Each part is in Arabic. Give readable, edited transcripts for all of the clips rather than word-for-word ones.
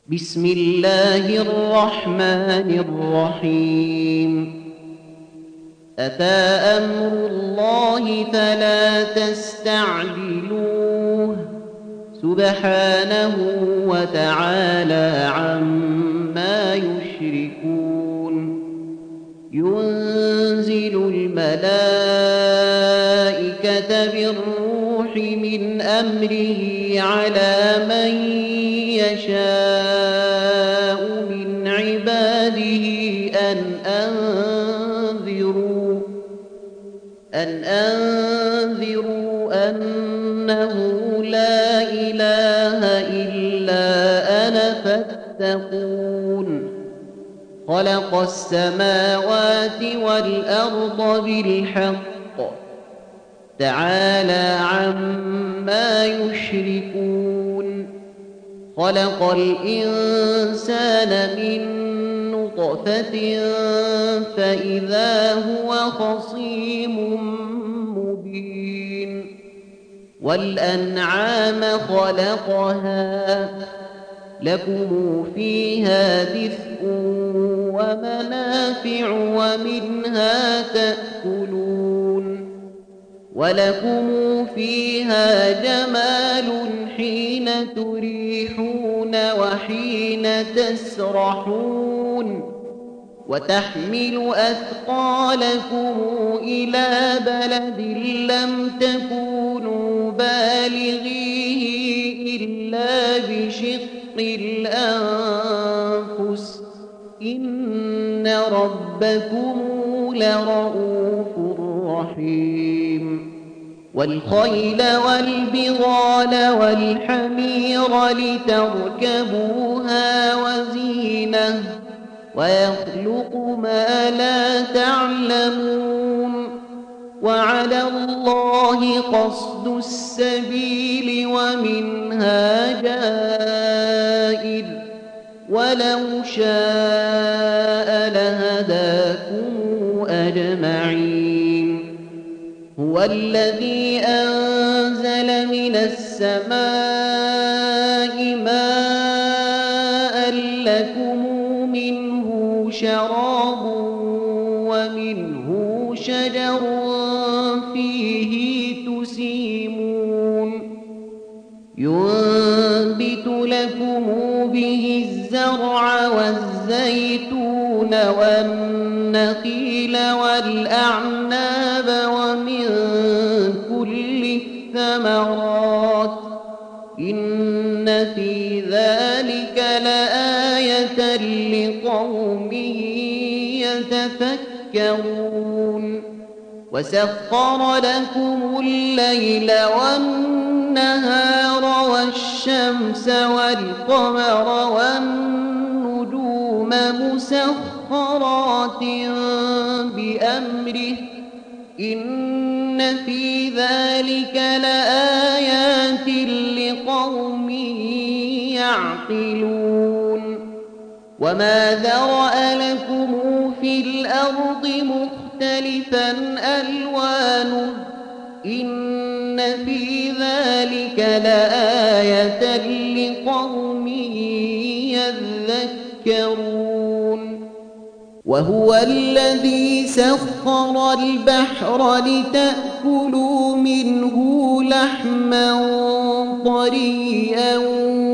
بسم الله الرحمن الرحيم أتى أمر الله فلا تستعجلوه سبحانه وتعالى عما يشركون ينزل الملائكة بالروح من أمره على من يشاء من عباده أن أنذروا أنه لا إله إلا أنا فاتقون خلق السماوات والأرض بالحق تعالى عما يشركون خلق الإنسان من نطفة فإذا هو خصيم مبين والأنعام خلقها لكم فيها دفء ومنافع ومنها تأكلون ولكم فيها جمال حين تريحون وحين تسرحون وتحمل أثقالكم إلى بلد لم تكونوا بالغيه إلا بشق الأنفس إن ربكم لرؤوف رحيم والخيل والبغال والحمير لتركبوها وزينة ويخلق ما لا تعلمون وعلى الله قصد السبيل ومنها جائر ولو شاء لهداكم أجمعين هو الذي أنزل من السماء ماء لكم منه شراب ومنه شجر فيه تسيمون ينبت لكم به الزرع والزيتون والنخيل والأعناب ومن كل الثمرات إن في ذلك لآية لقوم يتفكرون وسخر لكم الليل والنهار والشمس والقمر والنجوم مسخرات بأمره إن في ذلك لآيات لقوم يعقلون وما ذرأ لكم في الأرض مختلفا ألوانه إن في ذلك لآية لقوم يذكرون وهو الذي سخر البحر لتأكلوا منه لحما طريا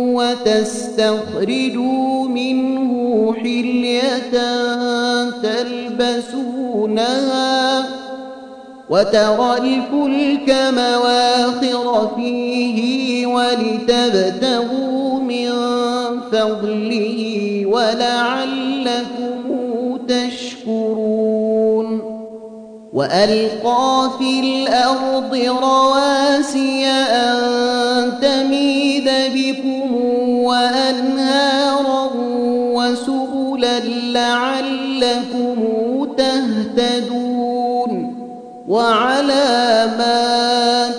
وتستخرجوا منه حلية تلبسونها وترى الفلك مواخر فيه ولتبتغوا من فضله ولعلكم تشكرون وألقى في الأرض رواسي أن تميد بكم وأنهارا وسبلا لعلكم تهتدون وعلامات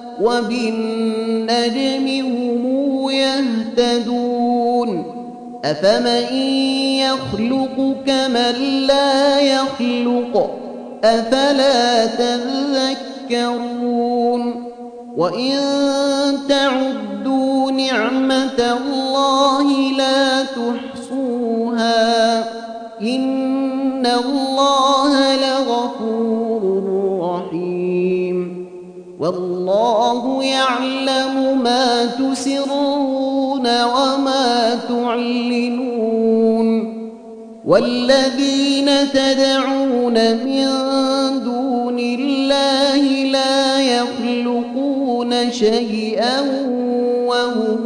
وبالنجم هم يهتدون أفمن يخلق كمن لا يخلق أفلا تذكرون وإن تعدوا نعمة الله لا تحصوها إن الله لغفور رحيم والله يعلم ما تسرون وما تعلنون والذين تدعون من دون الله لا يخلقون شيئا وهم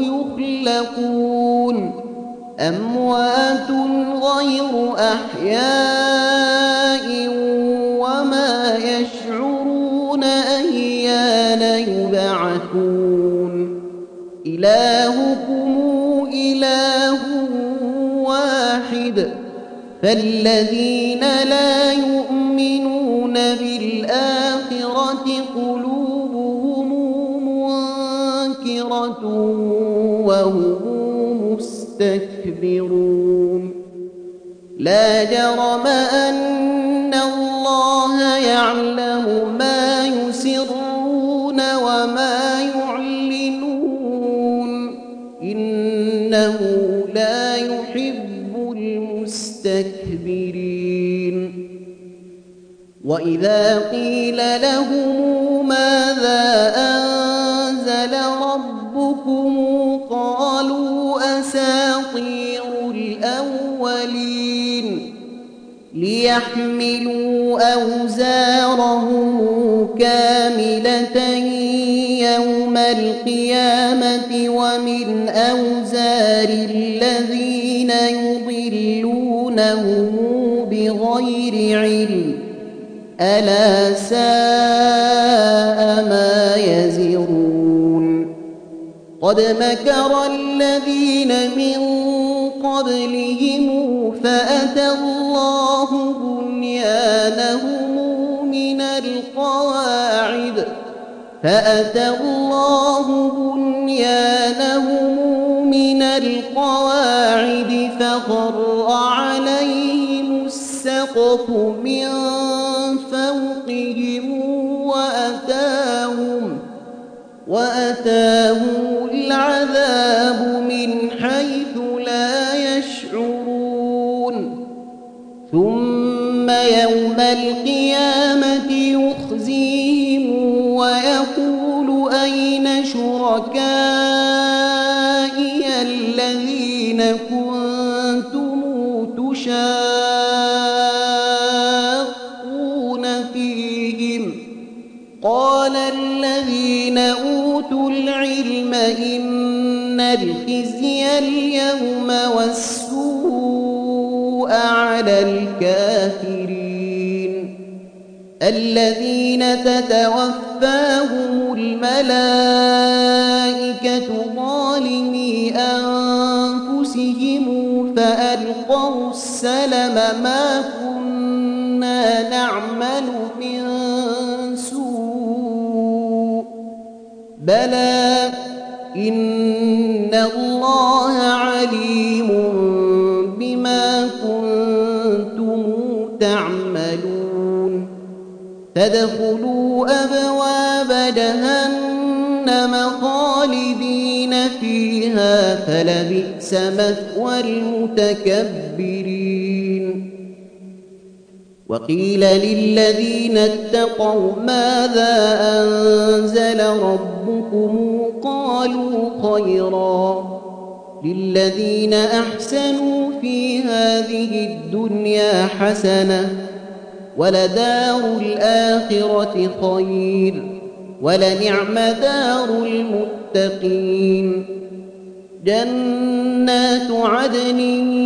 يخلقون أموات غير أحياء وما يشعرون أيان يبعثون إلهكم إله واحد فالذين لا يؤمنون بالآخرة قلوبهم منكرة وهم مستكبرون لا جرم أن الله يعلم ما يسرون وما يعلنون إنه لا يحب المستكبرين وإذا قيل لهم ماذا أنزل ربكم قالوا أساطير الأولين ليحملوا أوزارهم كاملة يوم القيامة ومن أوزار الذين يضلونهم بغير علم ألا ساء ما يزرون قد مكر الذين من قبلهم فأتى الله بنيانهم من القواعد فخر عليهم السقف من فوقهم وأتاهم العذاب من حيث لا يشعرون ثم يوم القيامة يخزيهم ويقول أين شركائي الذين كنتم تشاقون فيهم قال الذين أوتوا العلم إن الخزي اليوم والسوء على الكافرين الذين تتوفاهم الملائكة ظالمي أنفسهم فألقوا السلم ما كنا نعمل من سوء بلى إن الله عليم بما كنتم تعملون فادخلوا أبواب جهنم خالدين فيها فلبئس مثوى المتكبرين وقيل للذين اتقوا ماذا أنزل ربكم قالوا خيرا للذين أحسنوا في هذه الدنيا حسنة ولدار الآخرة خير ولنعم دار المتقين جنات عدن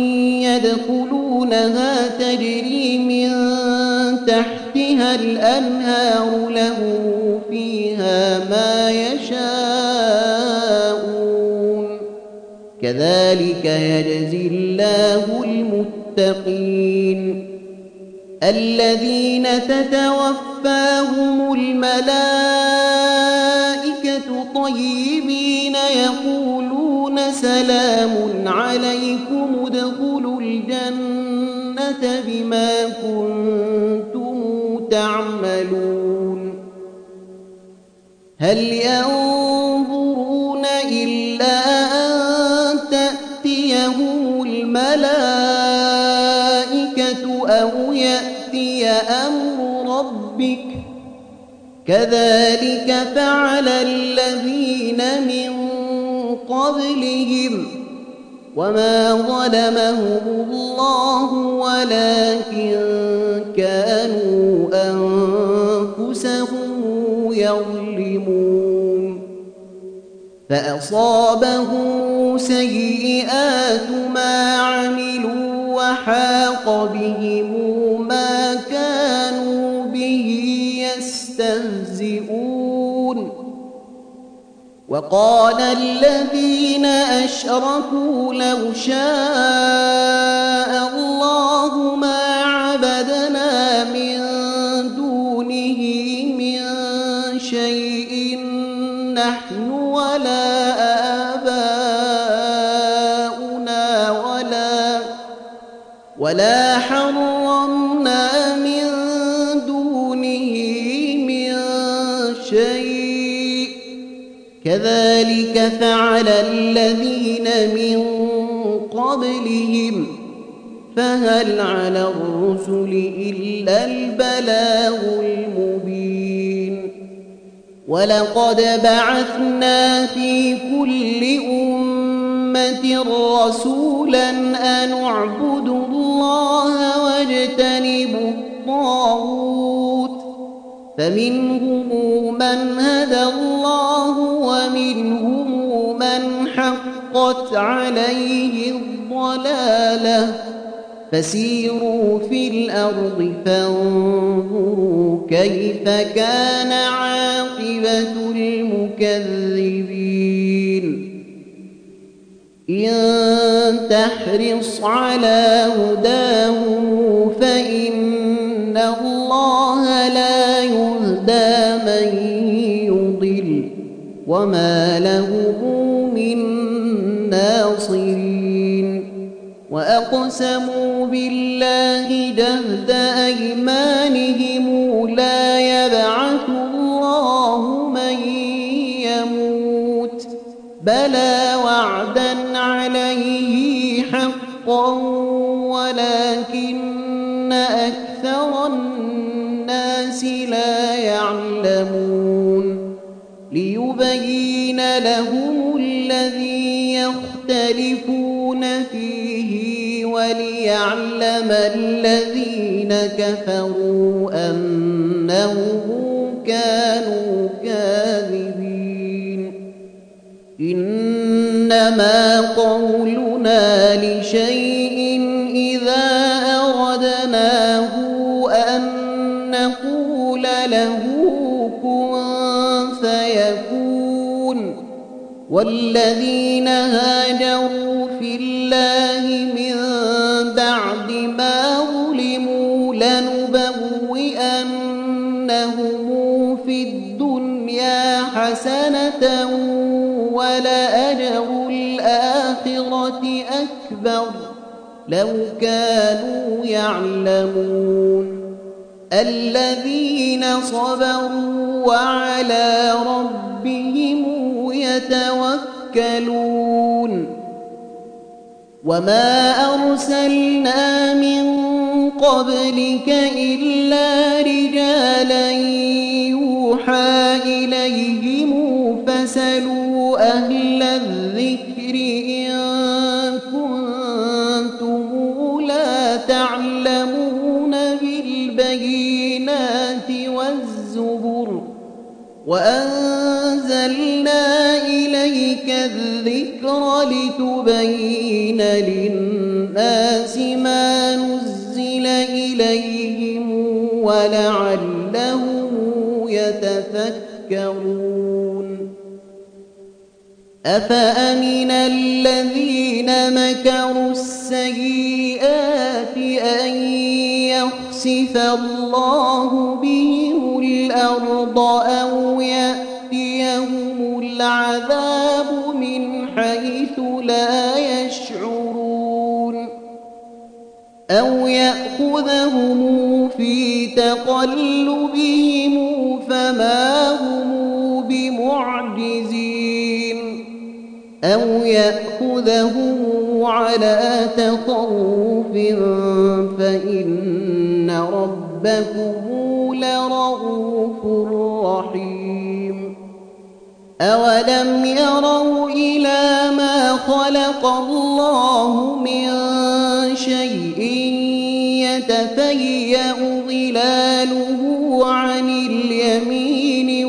يدخلونها تجري من تحتها الأنهار لهم فيها ما يشاءون كذلك يجزي الله المتقين الذين تتوفاهم الملائكة طيبين يقولون سلام عليكم ادخلوا الجنة بما كنتم تعملون هل ينظرون إلا أن تأتيهم تأتيهم الملائكة أو يأتي أمر ربك كذلك فعل الذين من قبلهم وما ظلمهم الله ولكن كانوا أنفسهم يظلمون فأصابهم سيئات ما عملوا وحاق بهم ما كانوا به يستهزئون وقال الذين أشركوا لو شاء الله ما عبدنا من دونه من شيء نحن ولا آباؤنا ولا حرمنا من دونه من شيء كذلك فعل الذين من قبلهم فهل على الرسل إلا البلاغ المبين ولقد بعثنا في كل أمة رسولا أن اعبدوا الله واجتنبوا الطاغوت فمنهم من هدى الله ومنهم من حقت عليه الضلالة فسيروا في الأرض فانظروا كيف كان عاقبة المكذبين إن تحرص على هداهم فإن الله لا يهدى من يضل وما لهم من ناصرين وأقسموا بالله جهد أيمانهم لا يبعث الله من يموت بلى وعدا عليه حقا ولكن أكثر الناس لا يعلمون ليبين لهم الذي يختلفون فيه وليعلم الذين كفروا أنهم كانوا كاذبين إنما قولنا لشيء إذا أردناه أن نقول له كن فيكون والذين هاجروا في الله من بعد ما ظلموا لنبوئنهم في الدنيا حسنة ولأجر الآخرة أكبر لو كانوا يعلمون الذين صبروا وعلى ربهم يتوكلون وما أرسلنا من قبلك إلا رجالا يوحى إليهم فاسألوا أهل الذكر إن كنتم لا تعلمون بالبينات والزبر وأنزلنا إليك الذكر لتبين للناس ما نزل إليهم ولعلهم يتفكرون أفأمن الذين مكروا السيئات أن يخسف الله بهم الأرض أو يأتيهم العذاب من حيث لا يشعرون أو يأخذهم في تقلبهم فما هم بمعجزين أو يأخذهم على تخوف فإن ربكم لرؤوف رحيم أولم يروا إلى ما خلق الله من شيء يتفيأ ظلاله عن اليمين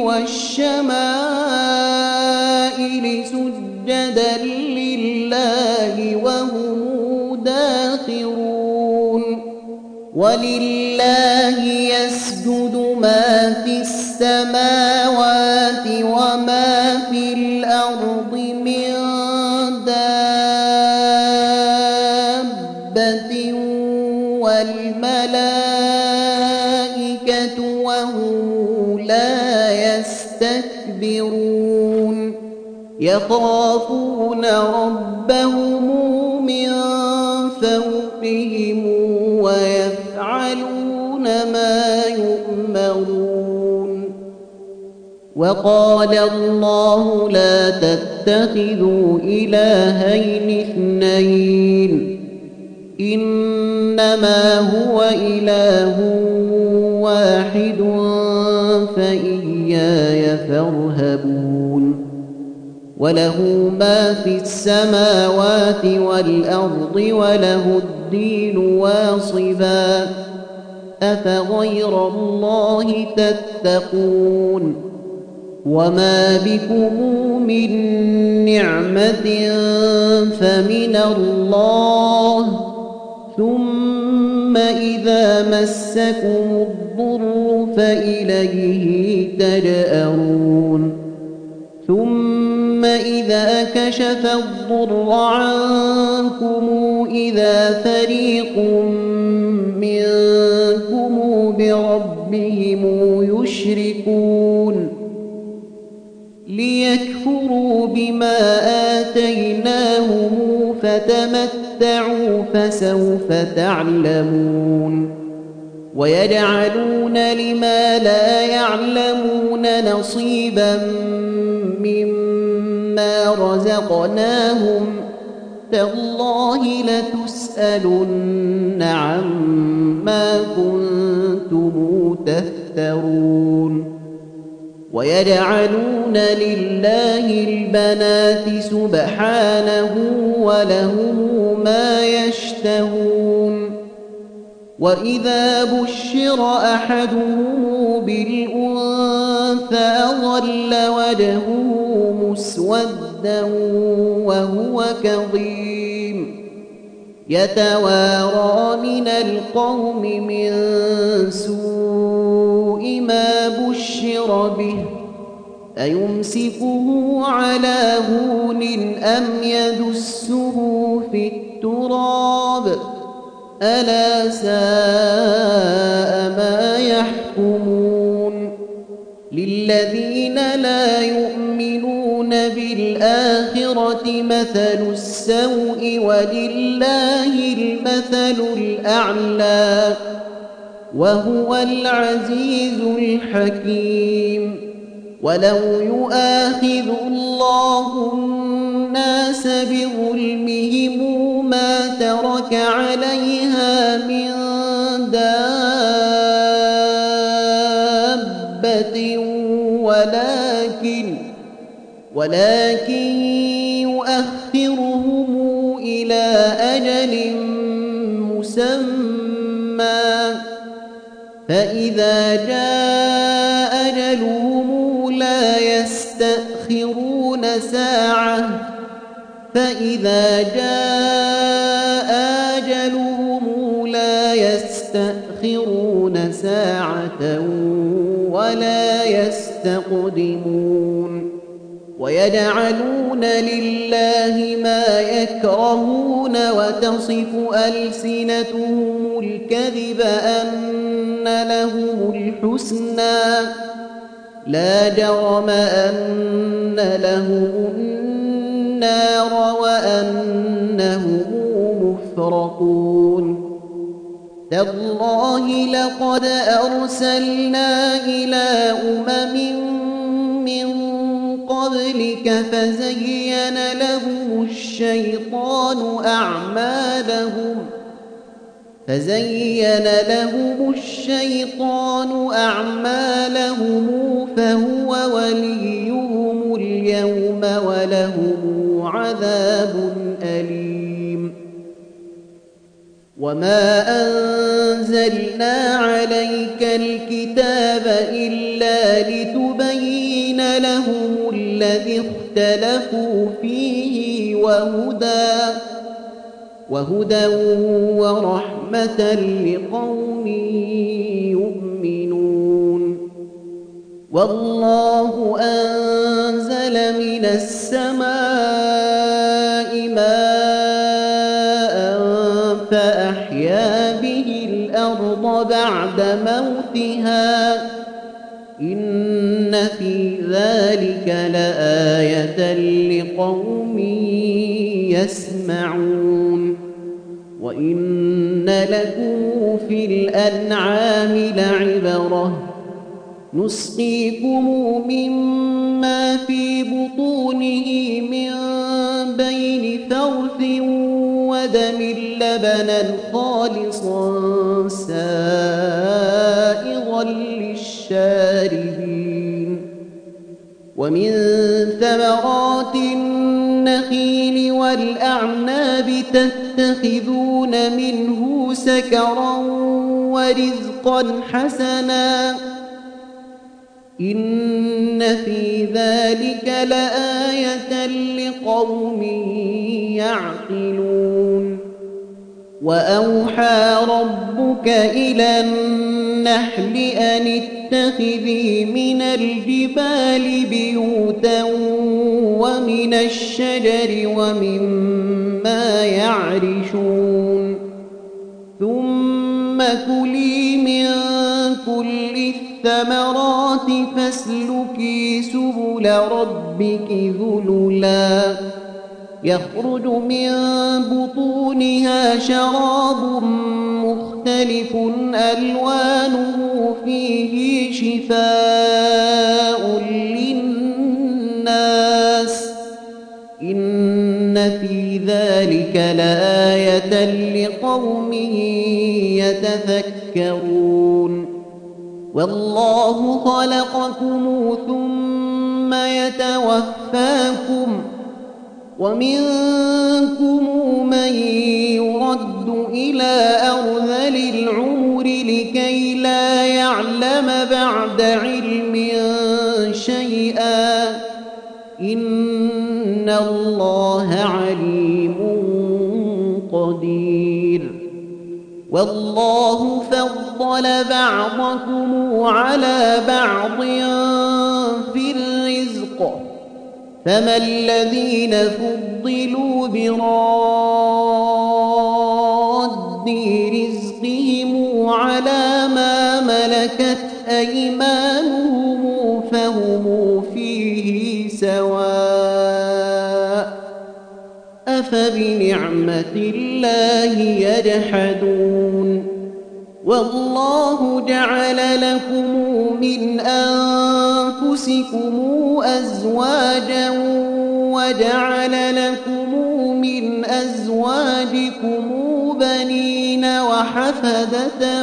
والشمائل سجدا لله وهم داخرون ولله يسجد ما في السماوات وما في الأرض من دابة والملائكة وهم لا يستكبرون يخافون ربهم من فوقهم ويفعلون ما يؤمرون وقال الله لا تتخذوا إلهين اثنين إنما هو إله واحد فإياي فارهبون وله ما في السماوات والأرض وله الدين واصبا أفغير الله تتقون وما بكم من نعمة فمن الله ثم إذا مسكم الضر فإليه تجأرون ثم إذا كشف الضر عنكم إذا فريق منكم بربهم يشركون ليكفروا بما آتيناهم فتمتعوا فسوف تعلمون ويجعلون لما لا يعلمون نصيبا مما رزقناهم تالله لتسألن عما كنتم تفترون ويجعلون لله البنات سبحانه ولهم ما يشتهون وإذا بشر أحدهم بالأنثى ظل وجهه مسودا وهو كظيم يتوارى من القوم من سوء ما بشر به أيمسكه على هون أم يدسه في التراب ألا ساء ما يحكمون للذين لا يؤمنون بالآخرة مثل السوء ولله المثل الأعلى وهو العزيز الحكيم ولو يؤاخذ الله الناس بظلمهم ما ترك عليها من دابة ولكن يؤخرهم إلى أجل مسمى فإذا جاء أجلهم لا يستأخرون ساعة فإذا جاء أجلهم لا يستأخرون ساعة ولا يستقدمون ويجعلون لله ما يكرهون وتصف ألسنتهم الكذب أن لهم الحسنى لا جرم أن لهم النار وأنهم مفرطون تالله لقد أرسلنا إلى أمم من قبلك فزين لهم الشيطان أعمالهم فهو وليهم اليوم ولهم عذاب أليم. وما أنزلنا عليك الكتاب إلا لتبين لهم الذي اختلفوا فيه وهدى ورحمة لقوم يؤمنون. والله أنزل من السماء ماء فأحيا به الأرض بعد موتها إن في ذلك لآية لقوم يسمعون. وإن لكم في الأنعام لعبرة نسقيكم مما في بطونه من بين فرث ودم لبنا خالصا سائغا للشاربين. ومن ثمرات النخيل والأعناب تتخذون منه سكرا ورزقا حسنا إن في ذلك لآية لقوم يعقلون. وأوحى ربك إلى النحل أن اتخذي من الجبال بيوتا ومن الشجر ومما يعرشون ثم كلي من كل الثمرات فاسلكي سبل ربك ذللا يخرج من بطونها شراب مختلف ألوانه فيه شفاء للناس إن في ذلك لآية لقوم يتفكرون. والله خلقكم ثم يتوفاكم ومنكم من يرد إلى أرذل العمر لكي لا يعلم بعد علم شيئا إن الله عليم قدير. والله فضل بعضكم على بعض في الرزق فما الذين فضلوا براد رزقهم على ما ملكت أيمانهم فهم فيه سواء أفبنعمة الله يجحدون. والله جعل لكم من أنفسكم أزواجا وجعل لكم من أزواجكم بنين وحفدة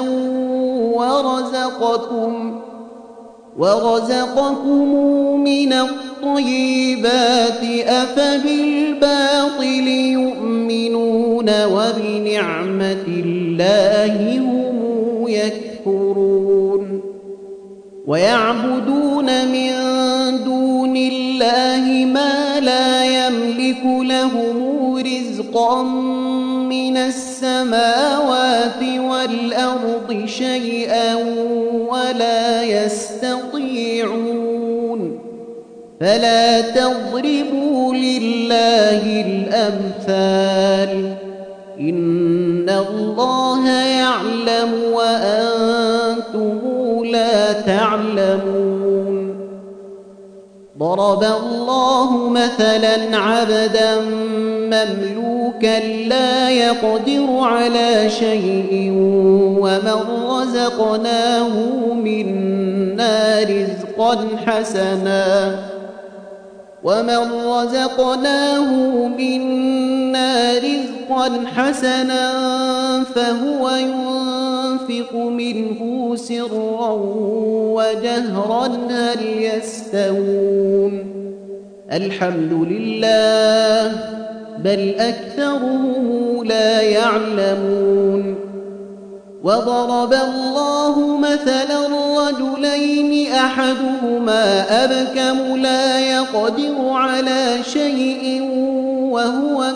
ورزقكم من الطيبات أفبالباطل يؤمنون وبنعمة الله هم يكفرون. ويعبدون من دون الله ما لا يملك لهم رزقا من السماوات والأرض شيئا ولا يستطيعون فلا تضربوا لله الأمثال إن الله يعلم وأنتم لا تعلمون. ضرب الله مثلا عبدا مملوكا لا يقدر على شيء ومن رزقناه منا رزقا حسنا ومن رزقناه منا رزقا حسنا فهو ينفق منه سرا وجهرا هل يستوون الحمد لله بل أكثرهم لا يعلمون وضرب الله مثلا رجلين أحدهما أبكم لا يقدر على شيء وهو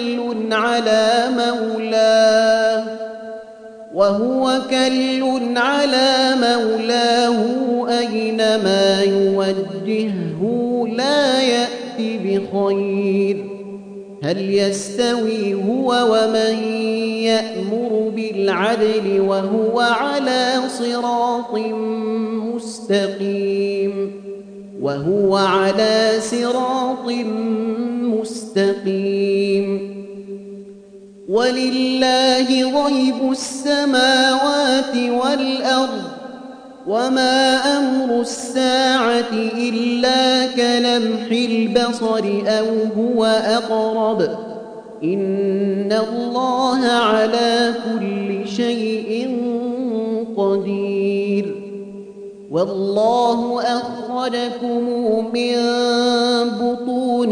كل على مولاه أينما يوجهه لا يأتي بخير هل يستوي هو ومن يأمر بالعدل وهو على صراط مستقيم ولله غيب السماوات والأرض وما أمر الساعة إلا كلمح البصر أو هو أقرب إن الله على كل شيء قدير والله أخرجكم من بطون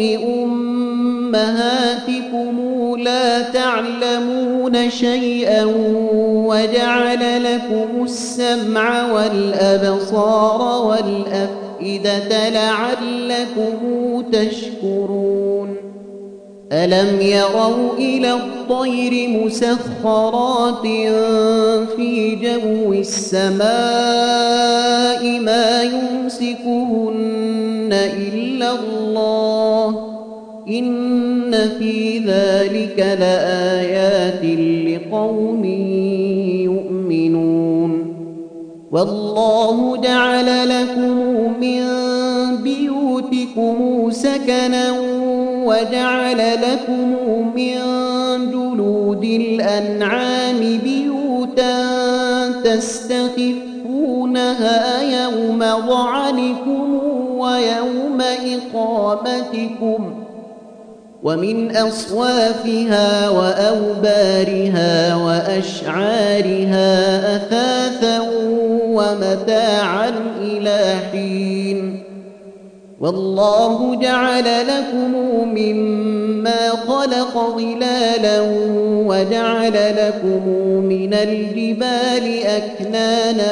أمهاتكم لا تعلمون شيئا وجعل لكم السمع والأبصار والأفئدة لعلكم تشكرون ألم يروا إلى الطير مسخرات في جو السماء ما يمسكهن إلا الله إن في ذلك لآيات لقوم يؤمنون والله جعل لكم من بيوتكم سكنا وجعل لكم من جلود الأنعام بيوتا تستخفونها يوم ظعنكم ويوم إقامتكم ومن أصوافها وأوبارها وأشعارها أثاثا ومتاعا إلى حين والله جعل لكم مما خلق ظلالا وجعل لكم من الجبال أكنانا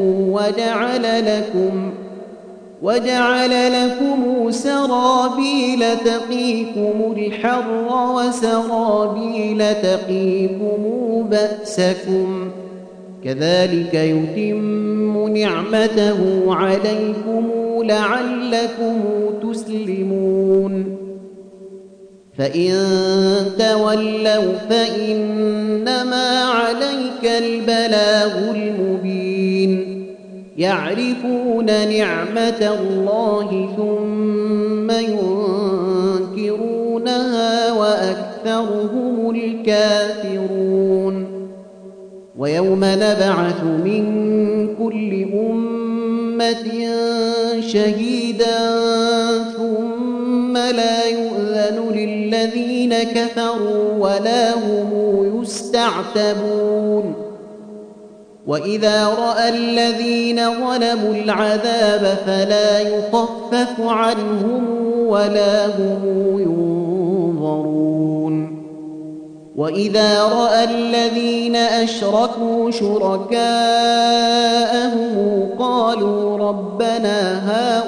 وجعل لكم سرابيل تقيكم الحر وسرابيل تقيكم بأسكم كذلك يتم نعمته عليكم لعلكم تسلمون فإن تولوا فإنما عليك البلاغ المبين يعرفون نعمة الله ثم ينكرونها وأكثرهم الكافرون ويوم نبعث من كل أمة شهيدا ثم لا يؤذن للذين كفروا ولا هم يستعتبون وإذا رأى الذين ظلموا العذاب فلا يخفف عنهم ولا هم ينظرون وإذا رأى الذين أشركوا شركاءهم قالوا ربنا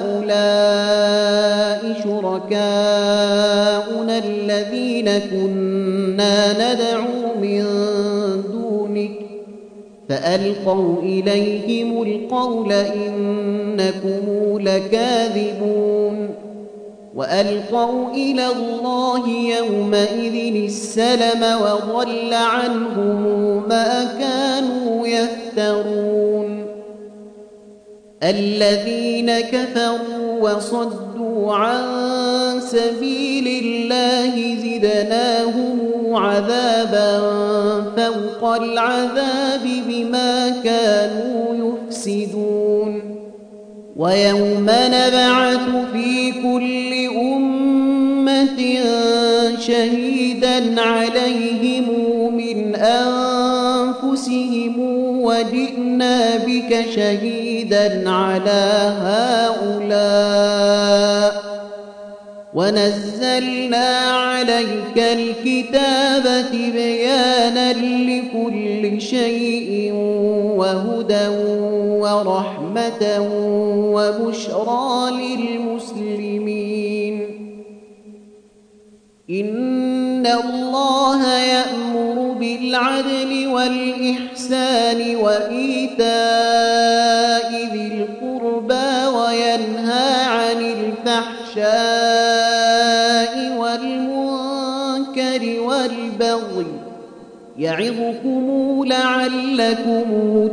هؤلاء شركاؤنا الذين كنا ندعو من دونك فألقوا إليهم القول إنكم لكاذبون وألقوا إلى الله يومئذ السلم وضل عنهم ما كانوا يفترون الذين كفروا وصدوا عن سبيل الله زدناهم عذابا فوق العذاب بما كانوا يفسدون ويوم نبعث في كل شهيدا عليهم من أنفسهم وجئنا بك شهيدا على هؤلاء ونزلنا عليك الكتاب بيانا لكل شيء وهدى ورحمة وبشرى للمسلمين إن الله يأمر بالعدل والإحسان وإيتاء ذي القربى وينهى عن الفحشاء والمنكر والبغي يعظكم لعلكم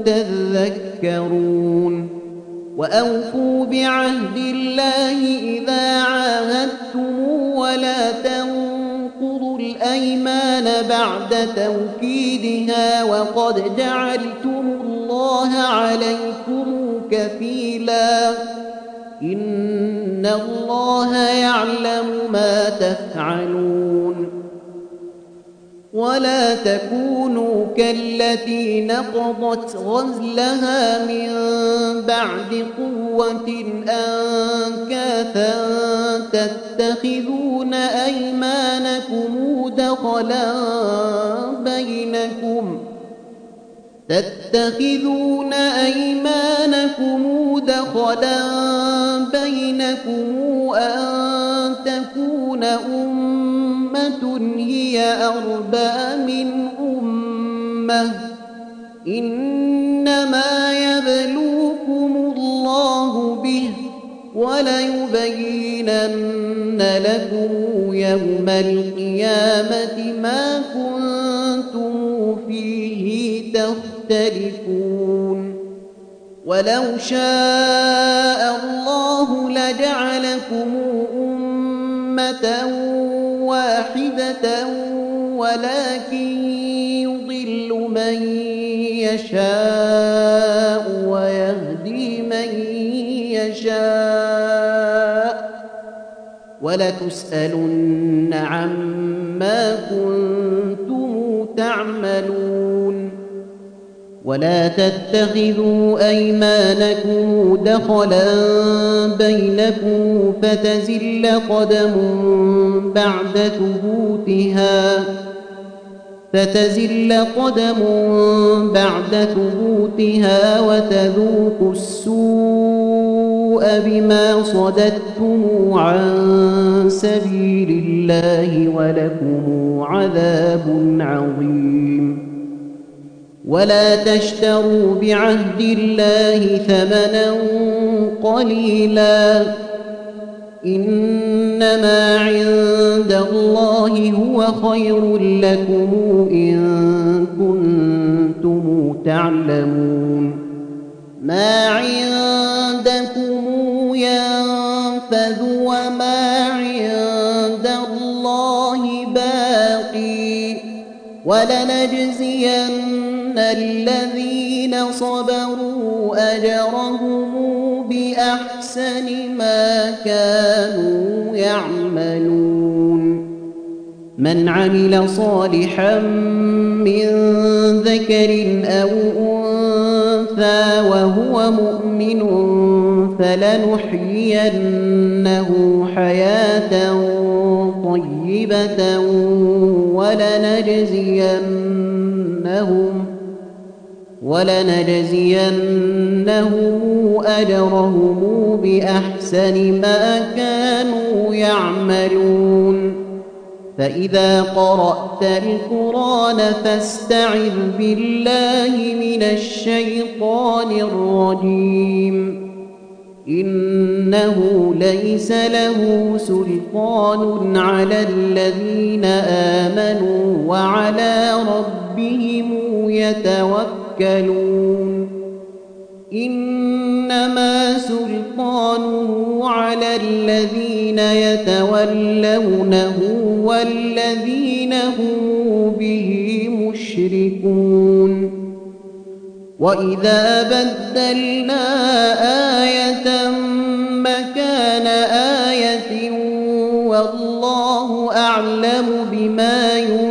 تذكرون وأوفوا بعهد الله إذا عاهدتم ولا تنقضوا الأيمان بعد توكيدها وقد جعلتم الله عليكم كفيلا إن الله يعلم ما تفعلون ولا تكونوا كالتي نقضت غزلها من بعد قوة أنكاثا تتخذون أيمانكم دخلا بينكم أن تكون أمة هي أربى من أمة إنما يبلوكم الله به وليبينن لكم يوم القيامة ما كنتم فيه تختلفون ولو شاء الله لجعلكم أمة واحدة ولكن يضل من يشاء ويهدي من يشاء ولتسألن عما كنتم تعملون ولا تتخذوا أيمانكم دخلا بينكم فتزل قدم بعد ثبوتها وتذوقوا السوء بما صددتم عن سبيل الله ولكم عذاب عظيم ولا تشتروا بعهد الله ثمنا قليلا إنما عند الله هو خير لكم إن كنتم تعلمون ما عندكم ينفذ وما عند الله باقي ولنجزين الذين صبروا أجرهم بأحسن ما كانوا يعملون من عمل صالحا من ذكر أو أنثى وهو مؤمن فلنحيينه حياة طيبة ولنجزينهم أجرهم بأحسن ما كانوا يعملون فإذا قرأت القرآن فاستعذ بالله من الشيطان الرجيم إنه ليس له سلطان على الذين آمنوا وعلى ربهم يتوكلون إنما سلطانه على الذين يتولونه والذين هم به مشركون وإذا بدلنا آية مكان آية والله أعلم بما ينزل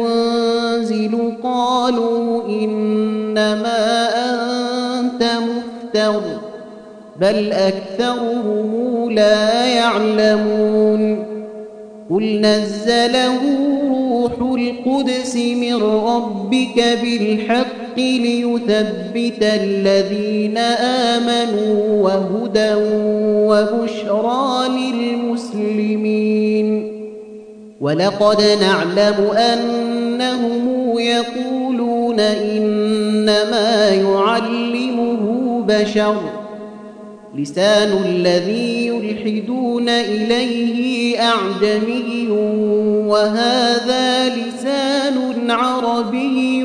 قالوا إنما أنت مفتر بل أكثرهم لا يعلمون قل نزله روح القدس من ربك بالحق ليثبت الذين آمنوا وهدى وبشرى للمسلمين ولقد نعلم أنهم يقولون إنما يعلمه بشر لسان الذي يلحدون إليه أعجمي وهذا لسان عربي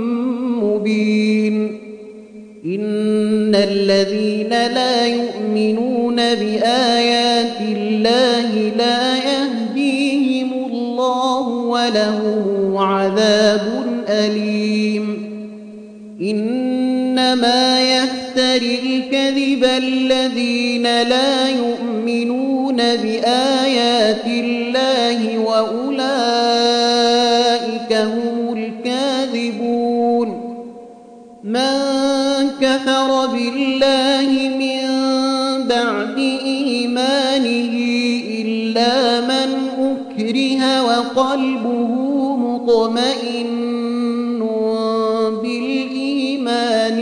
مبين إن الذين لا يؤمنون بآيات الله لا يهديهم الله ولهم عذاب أليم إنما يفتري الكذب الذين لا يؤمنون بآيات الله وأولئك هم الكاذبون من كفر بالله من بعد إيمانه إلا من أكره وقلبه مطمئن بالإيمان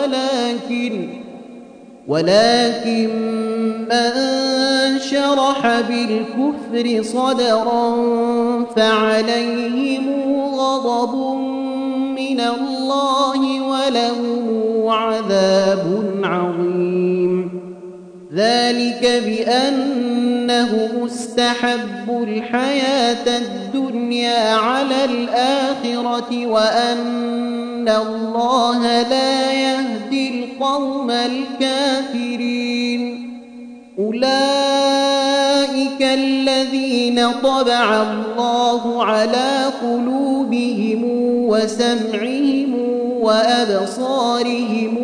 ولكن من شرح بالكفر صدرا فعليهم غضب من الله ولهم عذاب عظيم ذلك بأنهم استحبوا الحياة الدنيا على الآخرة وأن الله لا يهدي القوم الكافرين أولئك الذين طبع الله على قلوبهم وسمعهم وأبصارهم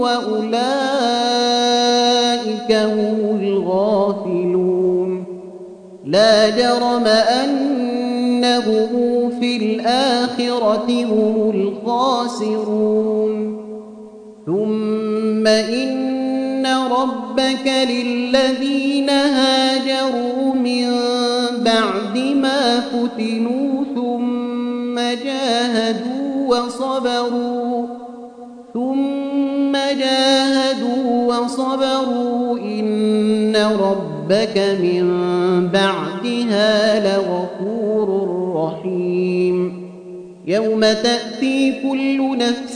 وأولئك هم الغافلون لا جرم أنهم في الآخرة هم الخاسرون ثم إن ربك للذين هاجروا من بعد ما فتنوا ثم جاهدوا وصبروا إن ربك من بعدها لغفور رحيم يوم تأتي كل نفس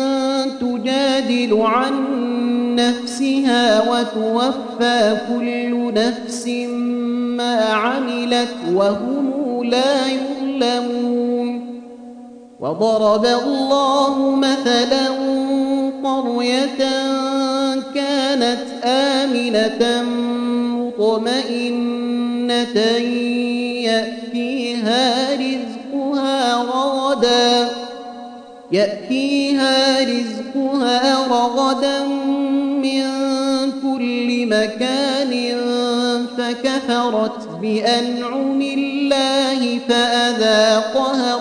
تجادل عن نفسها وتوفى كل نفس ما عملت وهم لا يظلمون وضرب الله مثلا قرية كانت آمنة مطمئنة يأتيها رزقها رغدا من كل مكان فكفرت بأنعم الله فأذاقها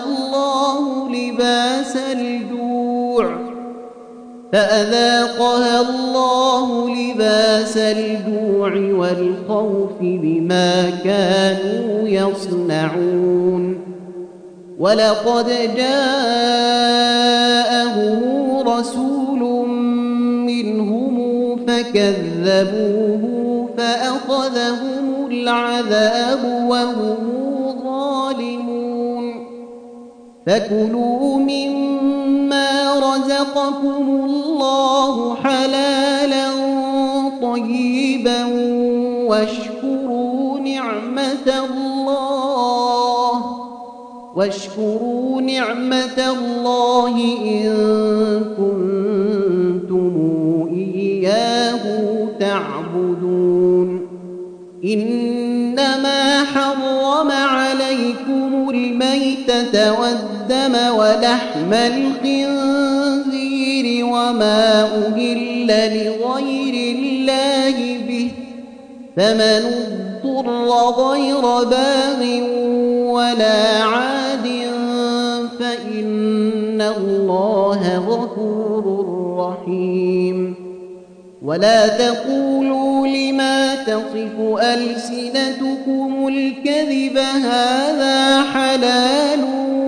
الله لباس الجوع والخوف بما كانوا يصنعون ولقد جاءهم رسول منهم فكذبوه فأخذهم العذاب وهم ظالمون فكلوا مما رزقكم الله حلالا طيبا واشكروا نعمة الله إن كنتم إياه تعبدون إنما حرم عليكم الميتة والدم ولحم الخنزير وما أهل لغير الله به فمن اضطر غير باغ ولا عاد فإن الله غفور رحيم ولا تقولوا لما تصف ألسنتكم الكذب هذا حلال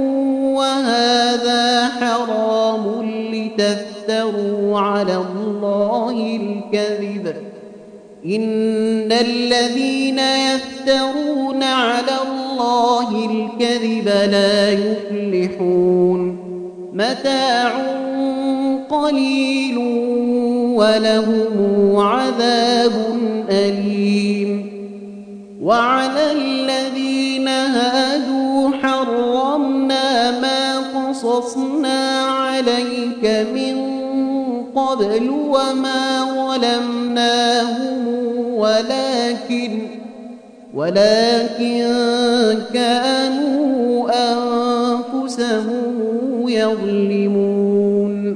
وهذا حرام لتفتروا على الله الكذب إن الذين يفترون على الله الكذب لا يفلحون متاع قليل ولهم عذاب أليم وعلى الذين هادوا حرمنا ما قصصنا عليك من قبل وما ظلمناهم ولكن كانوا أنفسهم يظلمون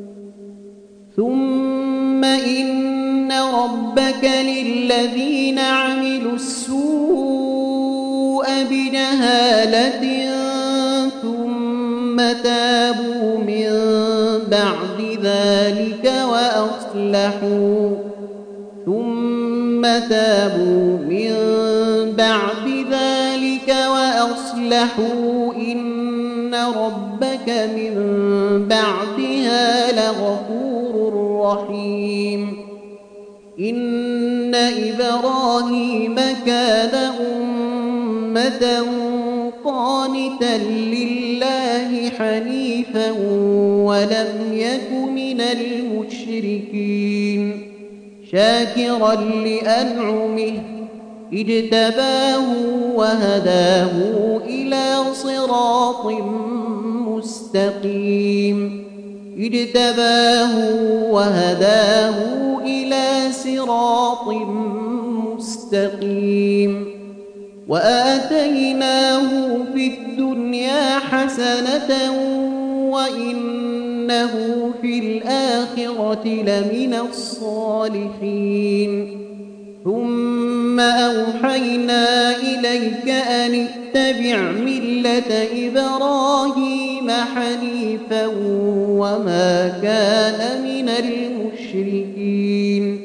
ثم إن ربك للذين عملوا السوء بجهالة ثم تابوا من بعد ذلك وأصلحوا إن ربك من بعدها لغفور رحيم إن إبراهيم كان أمة قانتا لله حنيفا ولم يك من المشركين شاكرا لأنعمه اجتباه وهداه إلى صراط مستقيم وآتيناه في الدنيا حسنة وإنه في الآخرة لمن الصالحين ثم أوحينا إليك أن اتبع ملة إبراهيم حنيفا وما كان من المشركين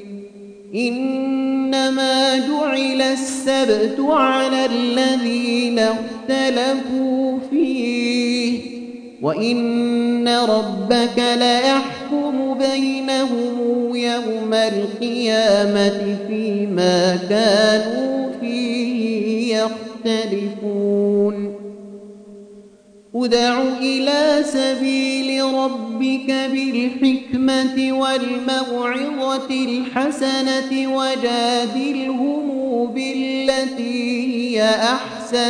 إنما جعل السبت على الذين اختلفوا فيه وإن ربك ليحكم بينهم يوم القيامة فيما كانوا فيه يختلفون ادع إلى سبيل ربك بالحكمة والموعظة الحسنة وجادلهم بالتي هي أحسن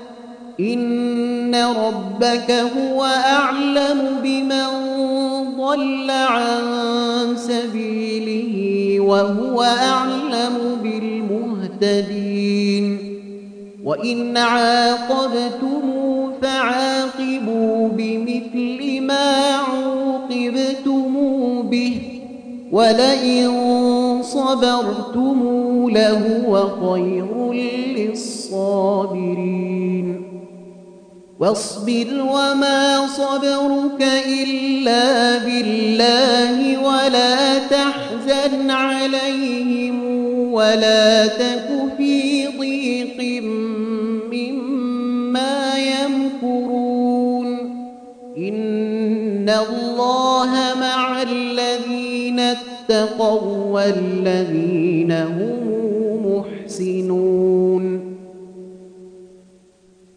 إن ربك هو أعلم بمن ضل عن سبيله وهو أعلم بالمهتدين وإن عاقبتم فعاقبوا بمثل ما عوقبتم به ولئن صبرتم لهو خير للصابرين واصبر وما صبرك إلا بالله ولا تحزن عليهم ولا تك في ضيق مما يمكرون إن الله مع الذين اتقوا والذين هم محسنون